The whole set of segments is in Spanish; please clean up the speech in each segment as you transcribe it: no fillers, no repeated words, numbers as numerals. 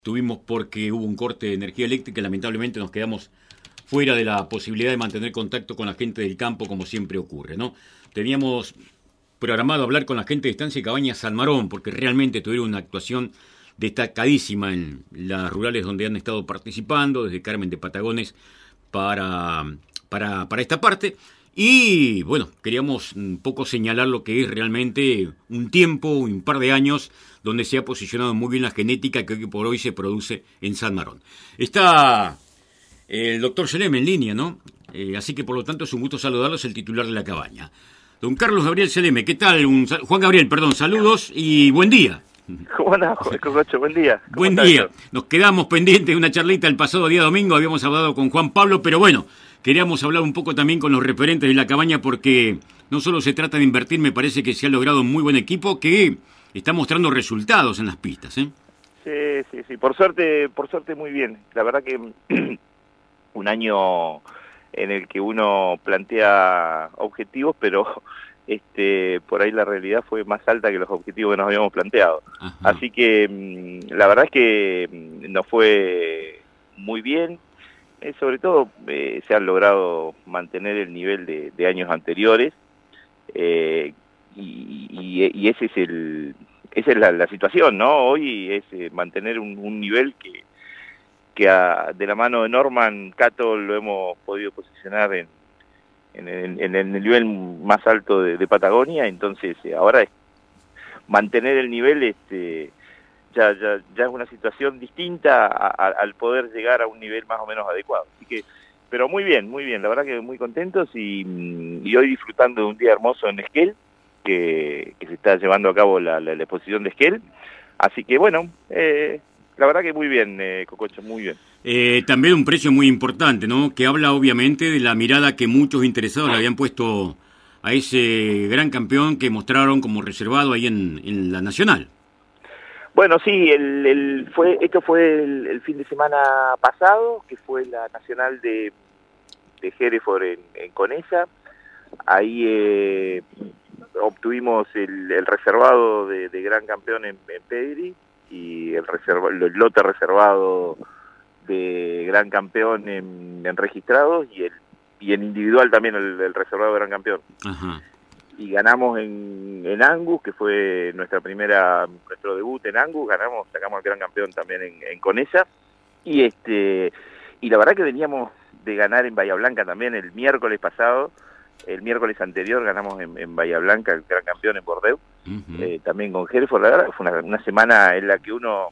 Tuvimos porque hubo un corte de energía eléctrica y lamentablemente nos quedamos fuera de la posibilidad de mantener contacto con la gente del campo como siempre ocurre, ¿no? Teníamos programado hablar con la gente de Estancia y Cabañas San Marón porque realmente tuvieron una actuación destacadísima en las rurales donde han estado participando, desde Carmen de Patagones para esta parte. Y bueno, queríamos un poco señalar lo que es realmente un tiempo, un par de años, donde se ha posicionado muy bien la genética que hoy por hoy se produce en San Marón. Está el doctor Seleme en línea, ¿no? Así que por lo tanto es un gusto saludarlo, es el titular de la cabaña. Don Carlos Gabriel Seleme, ¿qué tal? Juan Gabriel, perdón, saludos y buen día. ¿Cómo andás, Cococho? Buen día. Buen día. Nos quedamos pendientes de una charlita el pasado día domingo, habíamos hablado con Juan Pablo, pero bueno, queríamos hablar un poco también con los referentes de la cabaña porque no solo se trata de invertir, me parece que se ha logrado un muy buen equipo que está mostrando resultados en las pistas, ¿eh? Sí. Por suerte muy bien. La verdad que un año en el que uno plantea objetivos, pero por ahí la realidad fue más alta que los objetivos que nos habíamos planteado. Ajá. Así que la verdad es que nos fue muy bien. Sobre todo se han logrado mantener el nivel de años anteriores y ese es esa es la situación, ¿no? Hoy es mantener un nivel que de la mano de Norman Cato lo hemos podido posicionar en el nivel más alto de Patagonia. Entonces ahora es mantener el nivel ya es una situación distinta al poder llegar a un nivel más o menos adecuado. Así que, pero muy bien, la verdad que muy contentos y hoy disfrutando de un día hermoso en Esquel, que se está llevando a cabo la exposición de Esquel. Así que bueno, la verdad que muy bien, Cococho, muy bien. También un precio muy importante, ¿no? Que habla obviamente de la mirada que muchos interesados le habían puesto a ese gran campeón que mostraron como reservado ahí en la Nacional. Bueno, sí, esto fue el fin de semana pasado, que fue la Nacional de Hereford en Conesa. Ahí obtuvimos el reservado de gran campeón en Pedri y el lote reservado de gran campeón en registrados y en individual también el reservado de gran campeón. Ajá. Y ganamos en Angus, que fue nuestro debut en Angus, sacamos al gran campeón también en Conesa, y la verdad que veníamos de ganar en Bahía Blanca también el miércoles anterior ganamos en Bahía Blanca el gran campeón en Bordeaux, también con Hereford. La verdad que fue una semana en la que uno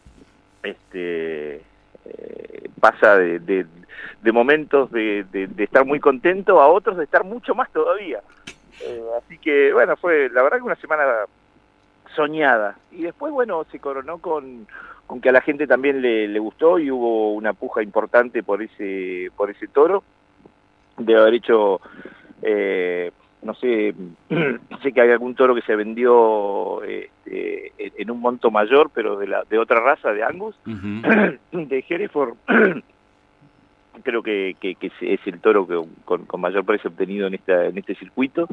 pasa de momentos de estar muy contento a otros de estar mucho más todavía. Así que, bueno, fue la verdad que una semana soñada. Y después, bueno, se coronó con que a la gente también le gustó y hubo una puja importante por ese toro. De haber hecho, no sé, sé que hay algún toro que se vendió en un monto mayor, pero de otra raza, de Angus, de Hereford. Creo que es el toro con mayor precio obtenido en este circuito.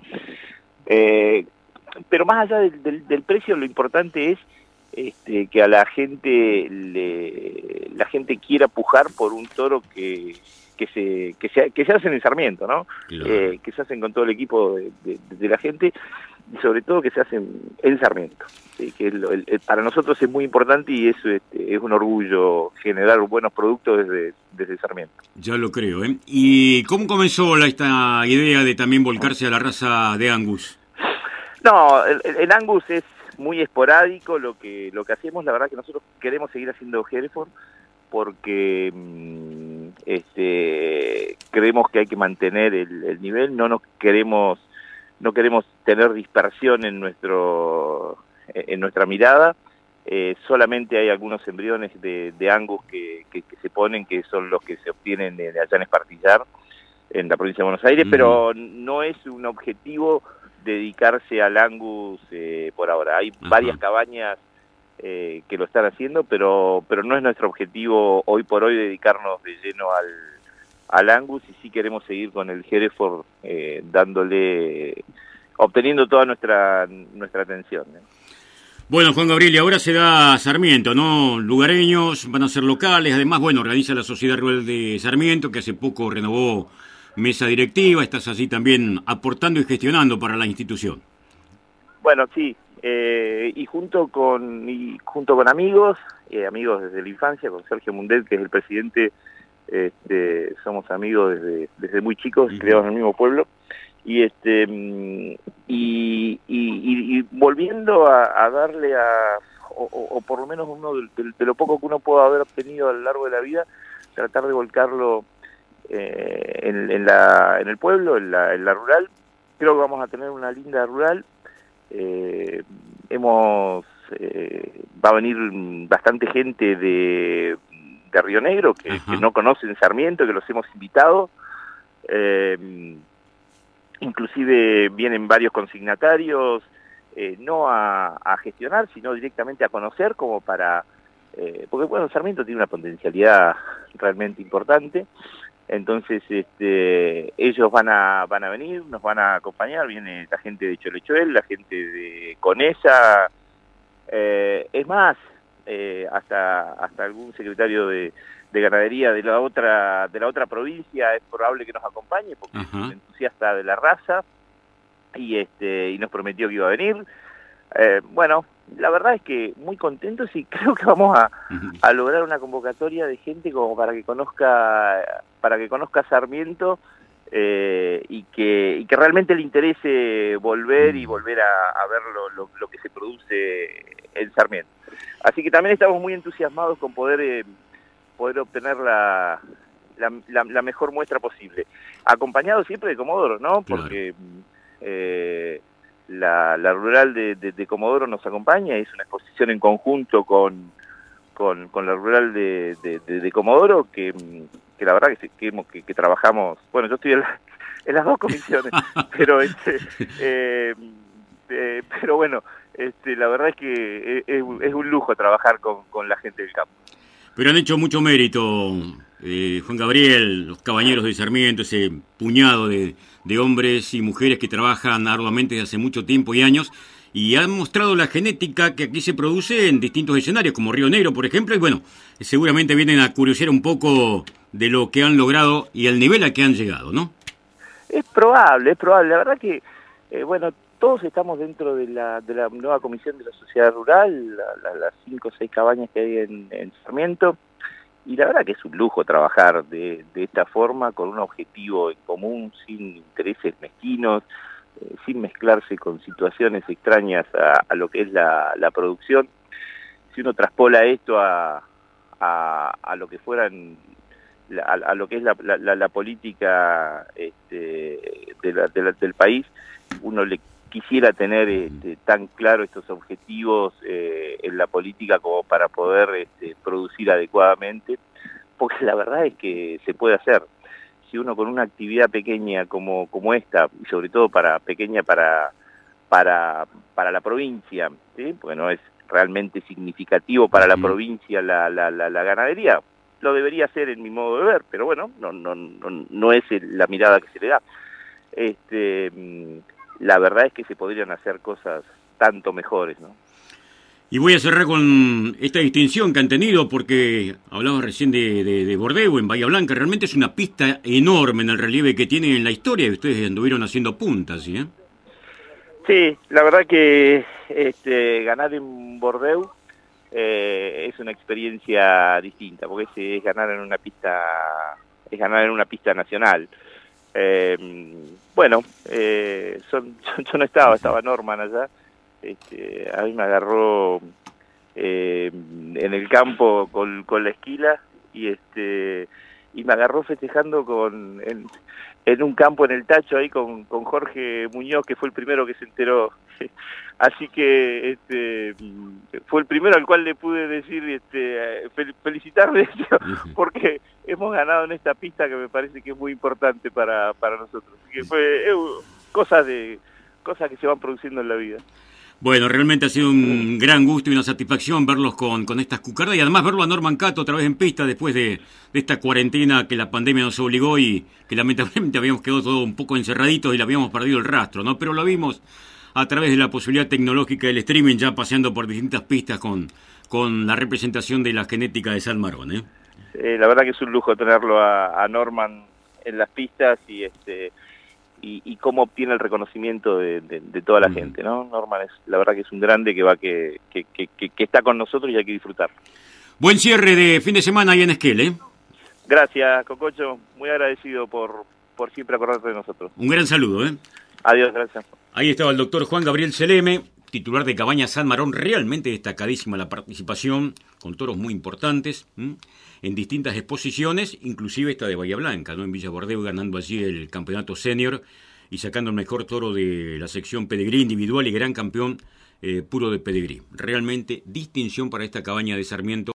Pero más allá del precio, lo importante es que a la gente quiera pujar por un toro que se hace en el Sarmiento, ¿no? Claro. Que se hacen con todo el equipo de la gente y sobre todo que se hacen en Sarmiento. Que para nosotros es muy importante y eso es un orgullo generar buenos productos desde Sarmiento. Ya lo creo, ¿eh? ¿Y cómo comenzó esta idea de también volcarse a la raza de Angus? No, el Angus es muy esporádico lo que hacemos. La verdad que nosotros queremos seguir haciendo Hereford porque creemos que hay que mantener el nivel. No queremos tener dispersión en nuestra mirada. Solamente hay algunos embriones de Angus que se ponen, que son los que se obtienen allá en Espartillar, en la provincia de Buenos Aires, pero no es un objetivo dedicarse al Angus por ahora. Hay varias cabañas que lo están haciendo, pero no es nuestro objetivo hoy por hoy dedicarnos de lleno al Angus, y sí queremos seguir con el Hereford obteniendo toda nuestra atención, ¿no? Bueno, Juan Gabriel, y ahora se da Sarmiento, ¿no? Lugareños van a ser locales, además, bueno, organiza la Sociedad Rural de Sarmiento, que hace poco renovó mesa directiva, estás así también aportando y gestionando para la institución. Bueno, sí, y junto con amigos, amigos desde la infancia, con Sergio Mundet, que es el presidente, somos amigos desde muy chicos, criados en el mismo pueblo, y volviendo a darle o por lo menos uno de lo poco que uno pueda haber obtenido a lo largo de la vida, tratar de volcarlo en el pueblo, en la rural. Creo que vamos a tener una linda rural. Va a venir bastante gente de Río Negro que no conocen Sarmiento, que los hemos invitado. Inclusive vienen varios consignatarios, no a gestionar, sino directamente a conocer, como para... porque bueno, Sarmiento tiene una potencialidad realmente importante. Entonces ellos van a venir, nos van a acompañar, viene la gente de Cholechuel, la gente de Conesa, es más, hasta algún secretario de ganadería de la otra provincia es probable que nos acompañe, porque es un entusiasta de la raza, y nos prometió que iba a venir. Bueno, la verdad es que muy contentos, y creo que vamos a lograr una convocatoria de gente como para que conozca Sarmiento, y que realmente le interese volver y volver a ver lo que se produce en Sarmiento. Así que también estamos muy entusiasmados con poder obtener la mejor muestra posible, acompañado siempre de Comodoro, ¿no? Porque la rural de Comodoro nos acompaña, es una exposición en conjunto con la rural de Comodoro, que la verdad que trabajamos. Bueno, yo estoy en las dos comisiones, pero pero bueno, la verdad es que es un lujo trabajar con la gente del campo. Pero han hecho mucho mérito, Juan Gabriel, los cabañeros de Sarmiento, ese puñado de hombres y mujeres que trabajan arduamente desde hace mucho tiempo y años, y han mostrado la genética que aquí se produce en distintos escenarios, como Río Negro, por ejemplo, y bueno, seguramente vienen a curiosear un poco de lo que han logrado y el nivel al que han llegado, ¿no? Es probable. La verdad que, bueno, todos estamos dentro de la nueva comisión de la sociedad rural, las 5 o 6 cabañas que hay en Sarmiento, y la verdad que es un lujo trabajar de esta forma, con un objetivo en común, sin intereses mezquinos, sin mezclarse con situaciones extrañas a lo que es la producción. Si uno traspola esto a lo que fueran, a lo que es la política del país, uno le quisiera tener tan claro estos objetivos en la política como para poder producir adecuadamente, porque la verdad es que se puede hacer. Si uno con una actividad pequeña como esta, y sobre todo pequeña para la provincia, ¿sí? Porque no es realmente significativo para la provincia la ganadería, lo debería ser en mi modo de ver, pero bueno, no es la mirada que se le da. La verdad es que se podrían hacer cosas tanto mejores, ¿no? Y voy a cerrar con esta distinción que han tenido, porque hablabas recién de Bordeu en Bahía Blanca. Realmente es una pista enorme en el relieve que tiene en la historia, y ustedes anduvieron haciendo puntas, ¿sí? Sí, la verdad que ganar en Bordeu es una experiencia distinta, porque es ganar en una pista nacional. Bueno, yo no estaba Norman allá. A mí me agarró en el campo con la esquila, y me agarró festejando en un campo en el Tacho ahí con Jorge Muñoz, que fue el primero que se enteró. Así que fue el primero al cual le pude decir felicitarle, porque hemos ganado en esta pista que me parece que es muy importante para nosotros. Así que fue cosas que se van produciendo en la vida. Bueno, realmente ha sido un gran gusto y una satisfacción verlos con estas cucardas, y además verlo a Norman Cato otra vez en pista después de esta cuarentena que la pandemia nos obligó, y que lamentablemente habíamos quedado todos un poco encerraditos y le habíamos perdido el rastro, ¿no? Pero lo vimos a través de la posibilidad tecnológica del streaming, ya paseando por distintas pistas con la representación de la genética de San Marón, ¿eh? La verdad que es un lujo tenerlo a Norman en las pistas y cómo obtiene el reconocimiento de toda la gente, ¿no? Norman la verdad que es un grande que está con nosotros y hay que disfrutar. Buen cierre de fin de semana ahí en Esquel, ¿eh? Gracias, Cococho, muy agradecido por siempre acordarte de nosotros. Un gran saludo, ¿eh? Adiós, gracias. Ahí estaba el doctor Juan Gabriel Seleme, titular de Cabaña San Marón, realmente destacadísima la participación, con toros muy importantes, en distintas exposiciones, inclusive esta de Bahía Blanca, ¿no? En Villa Bordeu, ganando allí el campeonato senior y sacando el mejor toro de la sección pedigrí individual y gran campeón puro de pedigrí. Realmente distinción para esta cabaña de Sarmiento.